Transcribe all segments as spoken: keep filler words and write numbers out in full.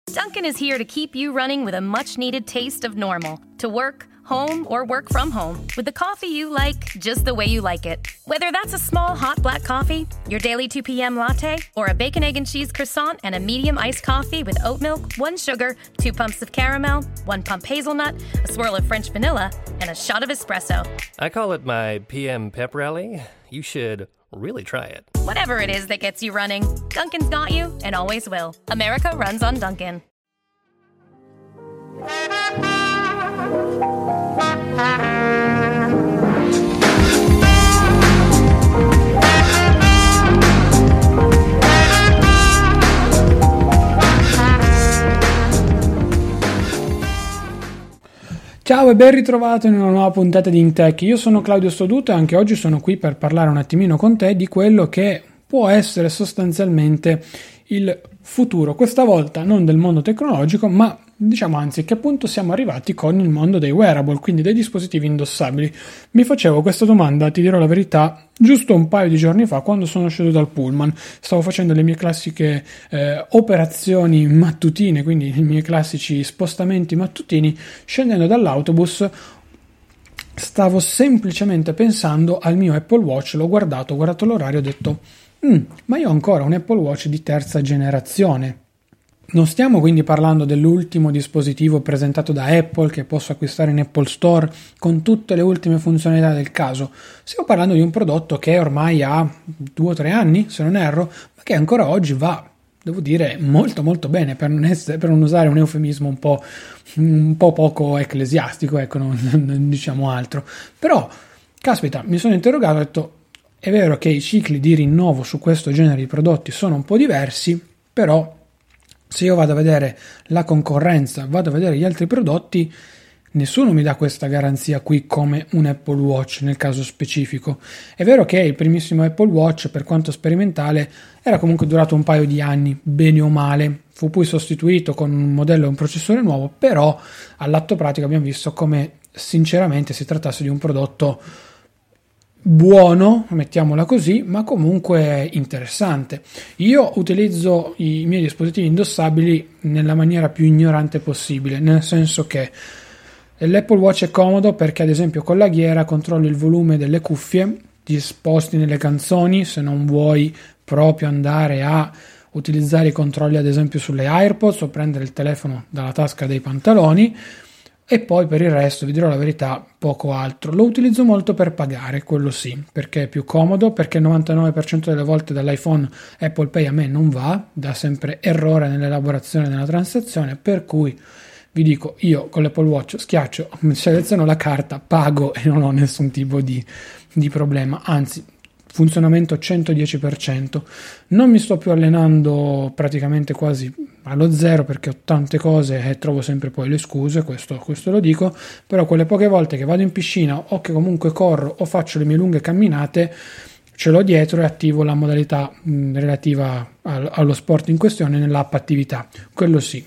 Dunkin' is here to keep you running with a much-needed taste of normal. To work, home, or work from home, with the coffee you like, just the way you like it. Whether that's a small hot black coffee, your daily two p.m. latte, or a bacon, egg, and cheese croissant and a medium iced coffee with oat milk, one sugar, two pumps of caramel, one pump hazelnut, a swirl of French vanilla, and a shot of espresso. I call it my P M pep rally. You should really try it. Whatever it is that gets you running, Dunkin's got you and always will. America runs on Dunkin'. Ciao e ben ritrovato in una nuova puntata di InTech. Io sono Claudio Stoduto e anche oggi sono qui per parlare un attimino con te di quello che può essere sostanzialmente il futuro. Questa volta non del mondo tecnologico, ma diciamo anzi che appunto siamo arrivati con il mondo dei wearable, quindi dei dispositivi indossabili. Mi facevo questa domanda, ti dirò la verità, giusto un paio di giorni fa quando sono sceso dal pullman. Stavo facendo le mie classiche eh, operazioni mattutine, quindi i miei classici spostamenti mattutini. Scendendo dall'autobus stavo semplicemente pensando al mio Apple Watch, l'ho guardato, ho guardato l'orario e ho detto mm, ma io ho ancora un Apple Watch di terza generazione. Non stiamo quindi parlando dell'ultimo dispositivo presentato da Apple che posso acquistare in Apple Store con tutte le ultime funzionalità del caso. Stiamo parlando di un prodotto che ormai ha due o tre anni, se non erro, ma che ancora oggi va, devo dire, molto molto bene, per non, essere, per non usare un eufemismo un po', un po' poco ecclesiastico, ecco, non, non diciamo altro. Però, caspita, mi sono interrogato e ho detto, è vero che i cicli di rinnovo su questo genere di prodotti sono un po' diversi, però se io vado a vedere la concorrenza, vado a vedere gli altri prodotti, nessuno mi dà questa garanzia qui come un Apple Watch nel caso specifico. È vero che il primissimo Apple Watch, per quanto sperimentale, era comunque durato un paio di anni, bene o male. Fu poi sostituito con un modello e un processore nuovo, però all'atto pratico abbiamo visto come sinceramente si trattasse di un prodotto buono, mettiamola così, ma comunque interessante. Io utilizzo i miei dispositivi indossabili nella maniera più ignorante possibile, nel senso che l'Apple Watch è comodo perché ad esempio con la ghiera controlli il volume delle cuffie, ti sposti nelle canzoni se non vuoi proprio andare a utilizzare i controlli ad esempio sulle AirPods o prendere il telefono dalla tasca dei pantaloni. E poi per il resto, vi dirò la verità, poco altro. Lo utilizzo molto per pagare, quello sì, perché è più comodo, perché il novantanove per cento delle volte dall'iPhone Apple Pay a me non va, dà sempre errore nell'elaborazione della transazione, per cui vi dico, io con l'Apple Watch schiaccio, seleziono la carta, pago e non ho nessun tipo di, di problema, anzi funzionamento centodieci per cento. Non mi sto più allenando praticamente quasi allo zero perché ho tante cose e trovo sempre poi le scuse, questo, questo lo dico, però quelle poche volte che vado in piscina o che comunque corro o faccio le mie lunghe camminate ce l'ho dietro e attivo la modalità mh, relativa al, allo sport in questione nell'app attività, quello sì.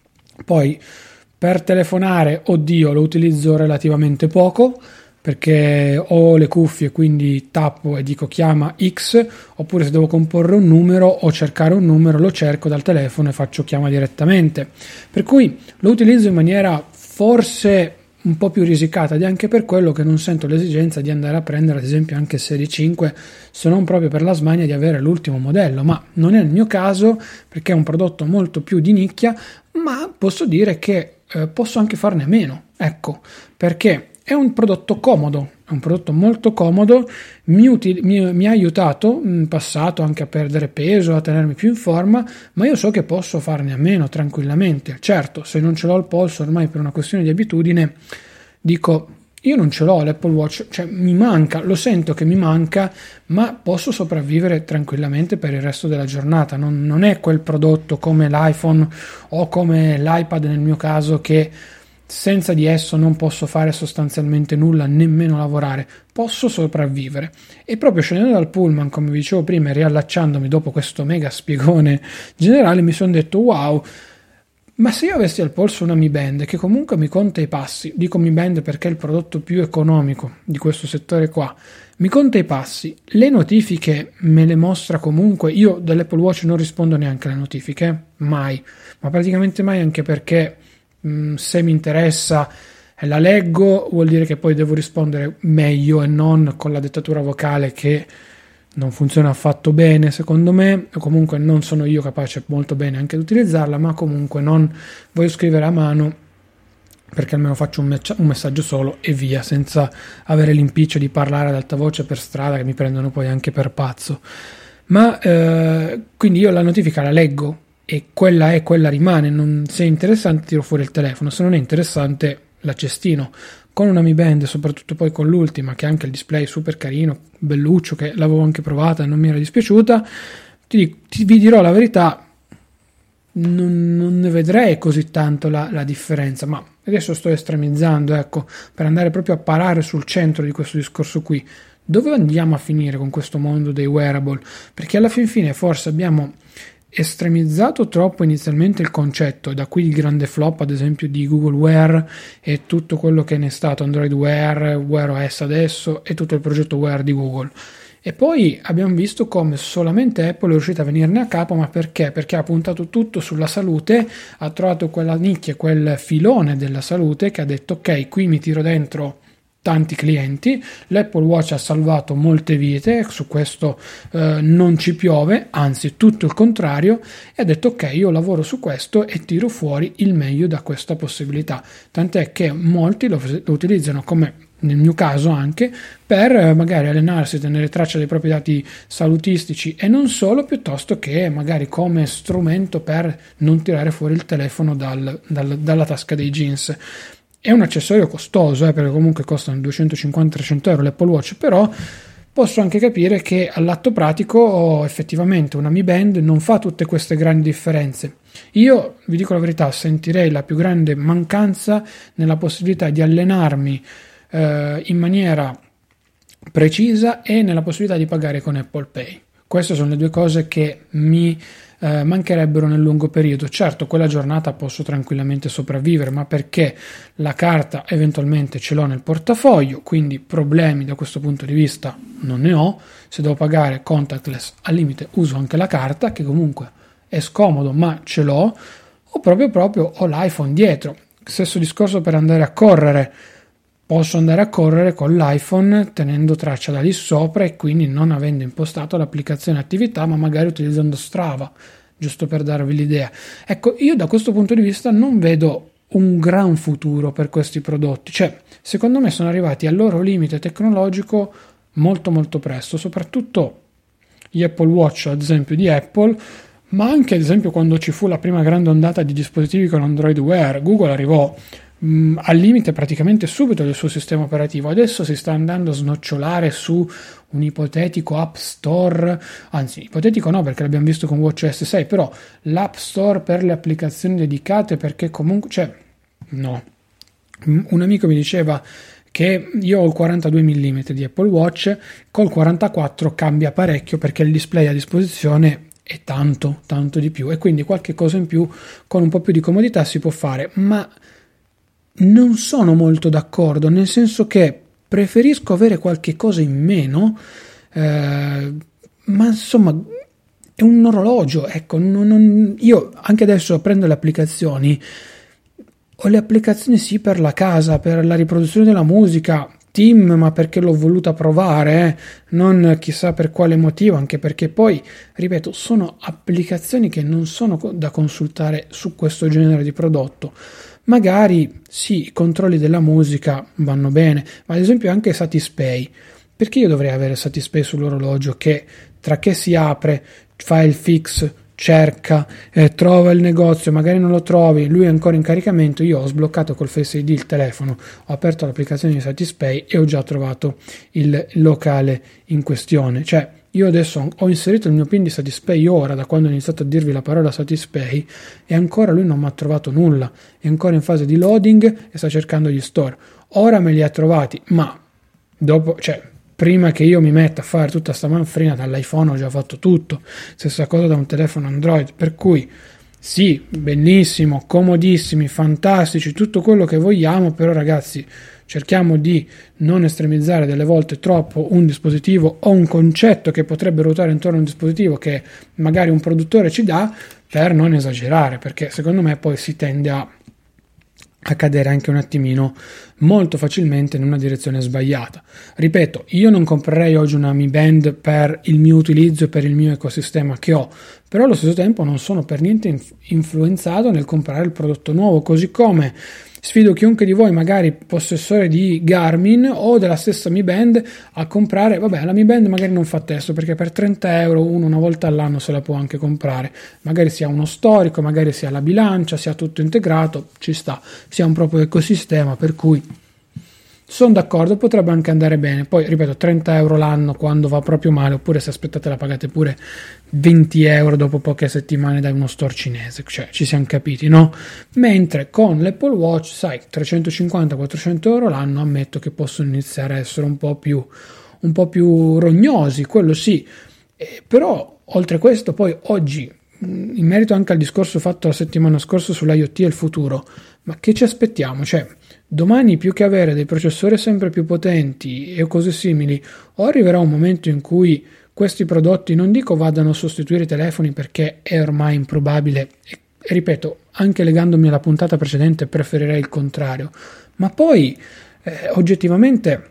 Poi per telefonare, oddio, lo utilizzo relativamente poco perché ho le cuffie, quindi tappo e dico chiama X, oppure se devo comporre un numero o cercare un numero lo cerco dal telefono e faccio chiama direttamente, per cui lo utilizzo in maniera forse un po' più risicata ed è anche per quello che non sento l'esigenza di andare a prendere ad esempio anche Serie cinque, se non proprio per la smania di avere l'ultimo modello, ma non è il mio caso perché è un prodotto molto più di nicchia, ma posso dire che eh, posso anche farne a meno, ecco, perché è un prodotto comodo, è un prodotto molto comodo, mi, util- mi, mi ha aiutato in passato anche a perdere peso, a tenermi più in forma, ma io so che posso farne a meno tranquillamente. Certo, se non ce l'ho al polso ormai per una questione di abitudine, dico, io non ce l'ho l'Apple Watch, cioè mi manca, lo sento che mi manca, ma posso sopravvivere tranquillamente per il resto della giornata. Non, non è quel prodotto come l'iPhone o come l'iPad nel mio caso che senza di esso non posso fare sostanzialmente nulla, nemmeno lavorare, posso sopravvivere. E proprio scendendo dal pullman, come vi dicevo prima, e riallacciandomi dopo questo mega spiegone generale, mi sono detto wow, ma se io avessi al polso una Mi Band che comunque mi conta i passi, dico Mi Band perché è il prodotto più economico di questo settore qua, mi conta i passi, le notifiche me le mostra comunque. Io dall'Apple Watch non rispondo neanche alle notifiche, mai, ma praticamente mai, anche perché mh, se mi interessa e la leggo, vuol dire che poi devo rispondere meglio e non con la dettatura vocale, che non funziona affatto bene secondo me, o comunque non sono io capace molto bene anche di utilizzarla, ma comunque non voglio scrivere a mano, perché almeno faccio un, me- un messaggio solo e via, senza avere l'impiccio di parlare ad alta voce per strada, che mi prendono poi anche per pazzo. Ma eh, quindi io la notifica la leggo e quella è, quella rimane. Non, se è interessante tiro fuori il telefono, se non è interessante la cestino. Con una Mi Band, soprattutto poi con l'ultima, che ha anche il display super carino, belluccio, che l'avevo anche provata e non mi era dispiaciuta, ti, ti vi dirò la verità, non, non ne vedrei così tanto la, la differenza, ma adesso sto estremizzando, ecco, per andare proprio a parare sul centro di questo discorso qui. Dove andiamo a finire con questo mondo dei wearable? Perché alla fin fine forse abbiamo estremizzato troppo inizialmente il concetto, da qui il grande flop ad esempio di Google Wear e tutto quello che ne è stato Android Wear, Wear O S adesso e tutto il progetto Wear di Google. E poi abbiamo visto come solamente Apple è riuscita a venirne a capo, ma perché? Perché ha puntato tutto sulla salute, ha trovato quella nicchia, quel filone della salute che ha detto ok, qui mi tiro dentro tanti clienti. L'Apple Watch ha salvato molte vite, su questo eh, non ci piove, anzi tutto il contrario, e ha detto ok, io lavoro su questo e tiro fuori il meglio da questa possibilità, tant'è che molti lo, lo utilizzano come, nel mio caso anche, per magari allenarsi, tenere traccia dei propri dati salutistici e non solo, piuttosto che magari come strumento per non tirare fuori il telefono dal, dal, dalla tasca dei jeans. È un accessorio costoso, eh, perché comunque costano duecentocinquanta trecento euro l'Apple Watch, però posso anche capire che all'atto pratico effettivamente una Mi Band non fa tutte queste grandi differenze. Io vi dico la verità, sentirei la più grande mancanza nella possibilità di allenarmi eh, in maniera precisa e nella possibilità di pagare con Apple Pay. Queste sono le due cose che mi eh, mancherebbero nel lungo periodo. Certo, quella giornata posso tranquillamente sopravvivere, ma perché la carta eventualmente ce l'ho nel portafoglio, quindi problemi da questo punto di vista non ne ho. Se devo pagare contactless, al limite uso anche la carta, che comunque è scomodo, ma ce l'ho, o proprio proprio ho l'iPhone dietro. Stesso discorso per andare a correre. Posso andare a correre con l'iPhone tenendo traccia da lì sopra e quindi non avendo impostato l'applicazione attività, ma magari utilizzando Strava, giusto per darvi l'idea. Ecco, io da questo punto di vista non vedo un gran futuro per questi prodotti. Cioè, secondo me sono arrivati al loro limite tecnologico molto molto presto, soprattutto gli Apple Watch, ad esempio di Apple, ma anche ad esempio quando ci fu la prima grande ondata di dispositivi con Android Wear. Google arrivò mh, al limite praticamente subito del suo sistema operativo. Adesso si sta andando a snocciolare su un ipotetico App Store, anzi ipotetico no, perché l'abbiamo visto con WatchOS sei, però l'App Store per le applicazioni dedicate, perché comunque cioè no. Un amico mi diceva che io ho il quarantadue millimetri di Apple Watch, col quarantaquattro cambia parecchio perché il display a disposizione è tanto, tanto di più, e quindi qualche cosa in più con un po' più di comodità si può fare, ma non sono molto d'accordo, nel senso che preferisco avere qualche cosa in meno, eh, ma insomma è un orologio, ecco, non, non, io anche adesso prendo le applicazioni, ho le applicazioni sì per la casa, per la riproduzione della musica, Team, ma perché l'ho voluta provare, eh? Non chissà per quale motivo, anche perché poi, ripeto, sono applicazioni che non sono da consultare su questo genere di prodotto. Magari sì, i controlli della musica vanno bene, ma ad esempio anche Satispay. Perché io dovrei avere Satispay sull'orologio che tra che si apre, fa il fix, cerca, eh, trova il negozio, magari non lo trovi, lui è ancora in caricamento, io ho sbloccato col Face I D il telefono, ho aperto l'applicazione di Satispay e ho già trovato il locale in questione. Cioè io adesso ho inserito il mio PIN di Satispay ora, da quando ho iniziato a dirvi la parola Satispay, e ancora lui non mi ha trovato nulla, è ancora in fase di loading e sta cercando gli store. Ora me li ha trovati, ma dopo, cioè prima che io mi metta a fare tutta sta manfrina dall'iPhone ho già fatto tutto, stessa cosa da un telefono Android, per cui Sì, benissimo, comodissimi, fantastici, tutto quello che vogliamo, però ragazzi, cerchiamo di non estremizzare delle volte troppo un dispositivo o un concetto che potrebbe ruotare intorno a un dispositivo che magari un produttore ci dà, per non esagerare, perché secondo me poi si tende a a cadere anche un attimino molto facilmente in una direzione sbagliata. Ripeto, io non comprerei oggi una Mi Band per il mio utilizzo e per il mio ecosistema che ho, però allo stesso tempo non sono per niente inf- influenzato nel comprare il prodotto nuovo, così come sfido chiunque di voi, magari possessore di Garmin o della stessa Mi Band, a comprare, vabbè, la Mi Band magari non fa testo, perché per trenta euro uno una volta all'anno se la può anche comprare, magari sia uno storico, magari sia la bilancia, sia tutto integrato, ci sta, sia un proprio ecosistema, per cui sono d'accordo, potrebbe anche andare bene. Poi ripeto, trenta euro l'anno quando va proprio male, oppure se aspettate la pagate pure venti euro dopo poche settimane da uno store cinese, cioè ci siamo capiti, no? Mentre con l'Apple Watch, sai, trecentocinquanta quattrocento euro l'anno, ammetto che possono iniziare a essere un po' più un po' più rognosi, quello sì. Eh, però oltre a questo, poi oggi, in merito anche al discorso fatto la settimana scorsa sull'IoT e il futuro, ma che ci aspettiamo? Cioè, domani, più che avere dei processori sempre più potenti e cose simili, o arriverà un momento in cui questi prodotti, non dico vadano a sostituire i telefoni, perché è ormai improbabile, e, e ripeto, anche legandomi alla puntata precedente preferirei il contrario, ma poi eh, oggettivamente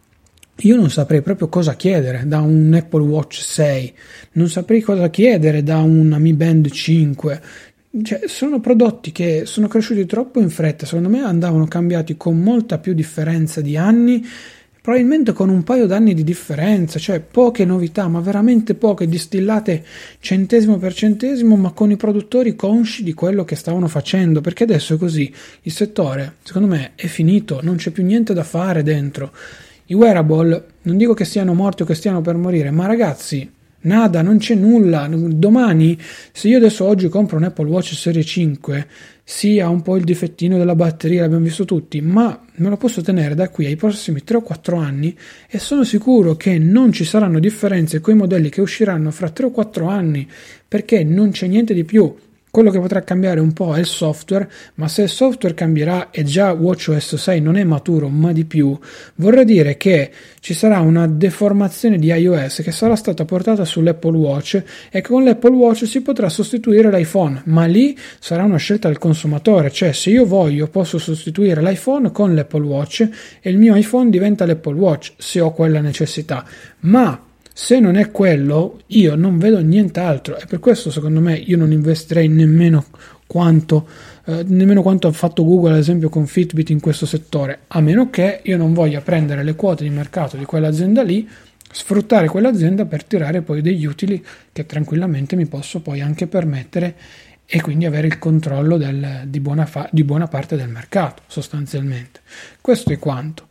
io non saprei proprio cosa chiedere da un Apple Watch sei, non saprei cosa chiedere da una Mi Band cinque. Cioè, sono prodotti che sono cresciuti troppo in fretta, secondo me andavano cambiati con molta più differenza di anni, probabilmente con un paio d'anni di differenza, cioè poche novità, ma veramente poche, distillate centesimo per centesimo, ma con i produttori consci di quello che stavano facendo, perché adesso è così, il settore secondo me è finito, non c'è più niente da fare dentro. I wearable, non dico che siano morti o che stiano per morire, ma ragazzi, nada, non c'è nulla. Domani, se io adesso oggi compro un Apple Watch Serie cinque, sì, ha un po' il difettino della batteria, l'abbiamo visto tutti, ma me lo posso tenere da qui ai prossimi tre o quattro anni e sono sicuro che non ci saranno differenze con i modelli che usciranno fra tre o quattro anni, perché non c'è niente di più. Quello che potrà cambiare un po' è il software, ma se il software cambierà e già WatchOS sei non è maturo, ma di più, vorrà dire che ci sarà una deformazione di iOS che sarà stata portata sull'Apple Watch e con l'Apple Watch si potrà sostituire l'iPhone, ma lì sarà una scelta del consumatore, cioè se io voglio posso sostituire l'iPhone con l'Apple Watch e il mio iPhone diventa l'Apple Watch se ho quella necessità, ma se non è quello, io non vedo nient'altro, e per questo secondo me io non investirei nemmeno quanto eh, nemmeno quanto ha fatto Google ad esempio con Fitbit in questo settore, a meno che io non voglia prendere le quote di mercato di quell'azienda lì, sfruttare quell'azienda per tirare poi degli utili che tranquillamente mi posso poi anche permettere, e quindi avere il controllo del, di, buona fa- di buona parte del mercato sostanzialmente. Questo è quanto.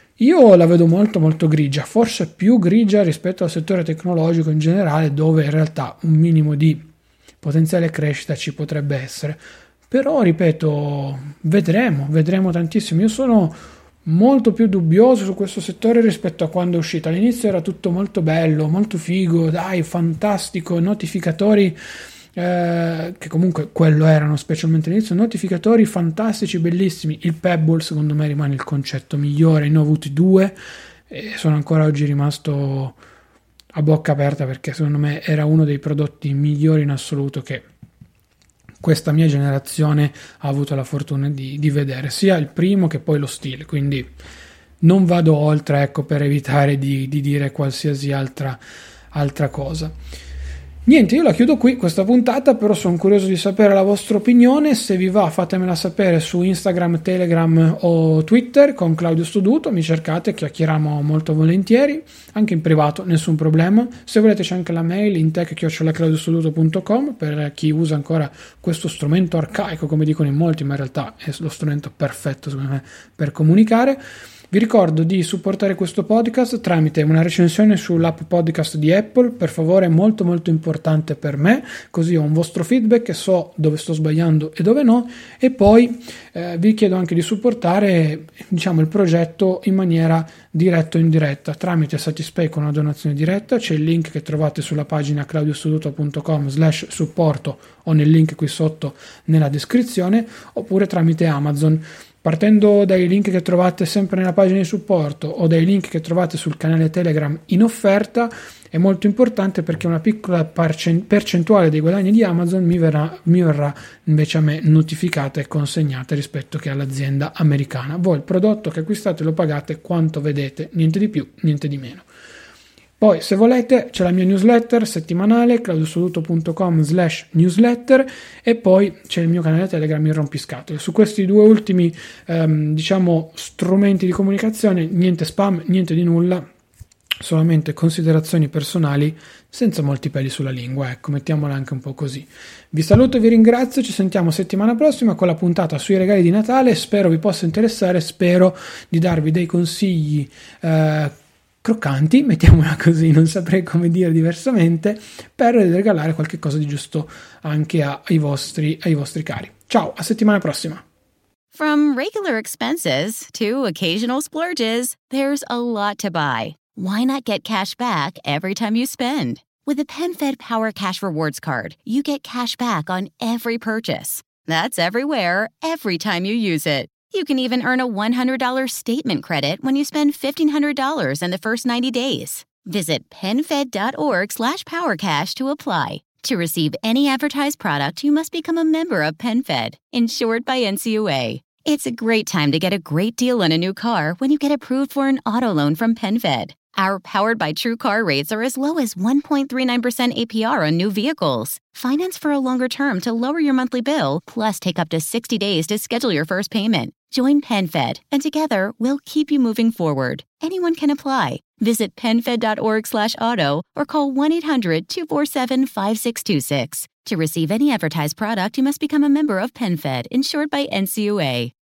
Io la vedo molto molto grigia, forse più grigia rispetto al settore tecnologico in generale, dove in realtà un minimo di potenziale crescita ci potrebbe essere, però ripeto, vedremo, vedremo tantissimo. Io sono molto più dubbioso su questo settore rispetto a quando è uscito. All'inizio era tutto molto bello, molto figo, dai, fantastico, notificatori Eh, che comunque quello erano, specialmente all'inizio, notificatori fantastici, bellissimi. Il Pebble secondo me rimane il concetto migliore, ne ho avuti due e sono ancora oggi rimasto a bocca aperta, perché secondo me era uno dei prodotti migliori in assoluto che questa mia generazione ha avuto la fortuna di, di vedere, sia il primo che poi lo stile, quindi non vado oltre, ecco, per evitare di, di dire qualsiasi altra, altra cosa. Niente, io la chiudo qui questa puntata, però sono curioso di sapere la vostra opinione. Se vi va, fatemela sapere su Instagram, Telegram o Twitter con Claudio Stoduto, mi cercate, chiacchieriamo molto volentieri, anche in privato, nessun problema. Se volete c'è anche la mail intech chiocciola claudiostoduto punto com per chi usa ancora questo strumento arcaico, come dicono in molti, ma in realtà è lo strumento perfetto secondo me per comunicare. Vi ricordo di supportare questo podcast tramite una recensione sull'app podcast di Apple, per favore, è molto molto importante per me, così ho un vostro feedback e so dove sto sbagliando e dove no. E poi eh, vi chiedo anche di supportare, diciamo, il progetto in maniera diretta o indiretta tramite Satispay con una donazione diretta. C'è il link che trovate sulla pagina claudiostoduto punto com slash supporto o nel link qui sotto nella descrizione, oppure tramite Amazon. Partendo dai link che trovate sempre nella pagina di supporto o dai link che trovate sul canale Telegram in offerta, è molto importante perché una piccola percentuale dei guadagni di Amazon mi verrà, mi verrà invece a me notificata e consegnata rispetto che all'azienda americana. Voi il prodotto che acquistate lo pagate quanto vedete, niente di più, niente di meno. Poi, se volete, c'è la mia newsletter settimanale, claudiostoduto punto com slash newsletter, e poi c'è il mio canale Telegram, il Rompiscatole. Su questi due ultimi, ehm, diciamo, strumenti di comunicazione, niente spam, niente di nulla, solamente considerazioni personali senza molti peli sulla lingua, ecco, mettiamola anche un po' così. Vi saluto e vi ringrazio, ci sentiamo settimana prossima con la puntata sui regali di Natale, spero vi possa interessare, spero di darvi dei consigli eh, croccanti, mettiamola così, non saprei come dire diversamente, per regalare qualche cosa di giusto anche a, ai vostri, ai vostri cari. Ciao, a settimana prossima. From regular expenses to occasional splurges, there's a lot to buy. Why not get cash back every time you spend? With the PenFed Power Cash Rewards Card, you get cash back on every purchase. That's everywhere, every time you use it. You can even earn a one hundred dollars statement credit when you spend fifteen hundred dollars in the first ninety days. Visit PenFed.org slash PowerCash to apply. To receive any advertised product, you must become a member of PenFed, insured by N C U A. It's a great time to get a great deal on a new car when you get approved for an auto loan from PenFed. Our Powered by True car rates are as low as one point three nine percent A P R on new vehicles. Finance for a longer term to lower your monthly bill, plus take up to sixty days to schedule your first payment. Join PenFed, and together, we'll keep you moving forward. Anyone can apply. Visit PenFed.org slash auto or call one eight hundred two four seven five six two six. To receive any advertised product, you must become a member of PenFed, insured by N C U A.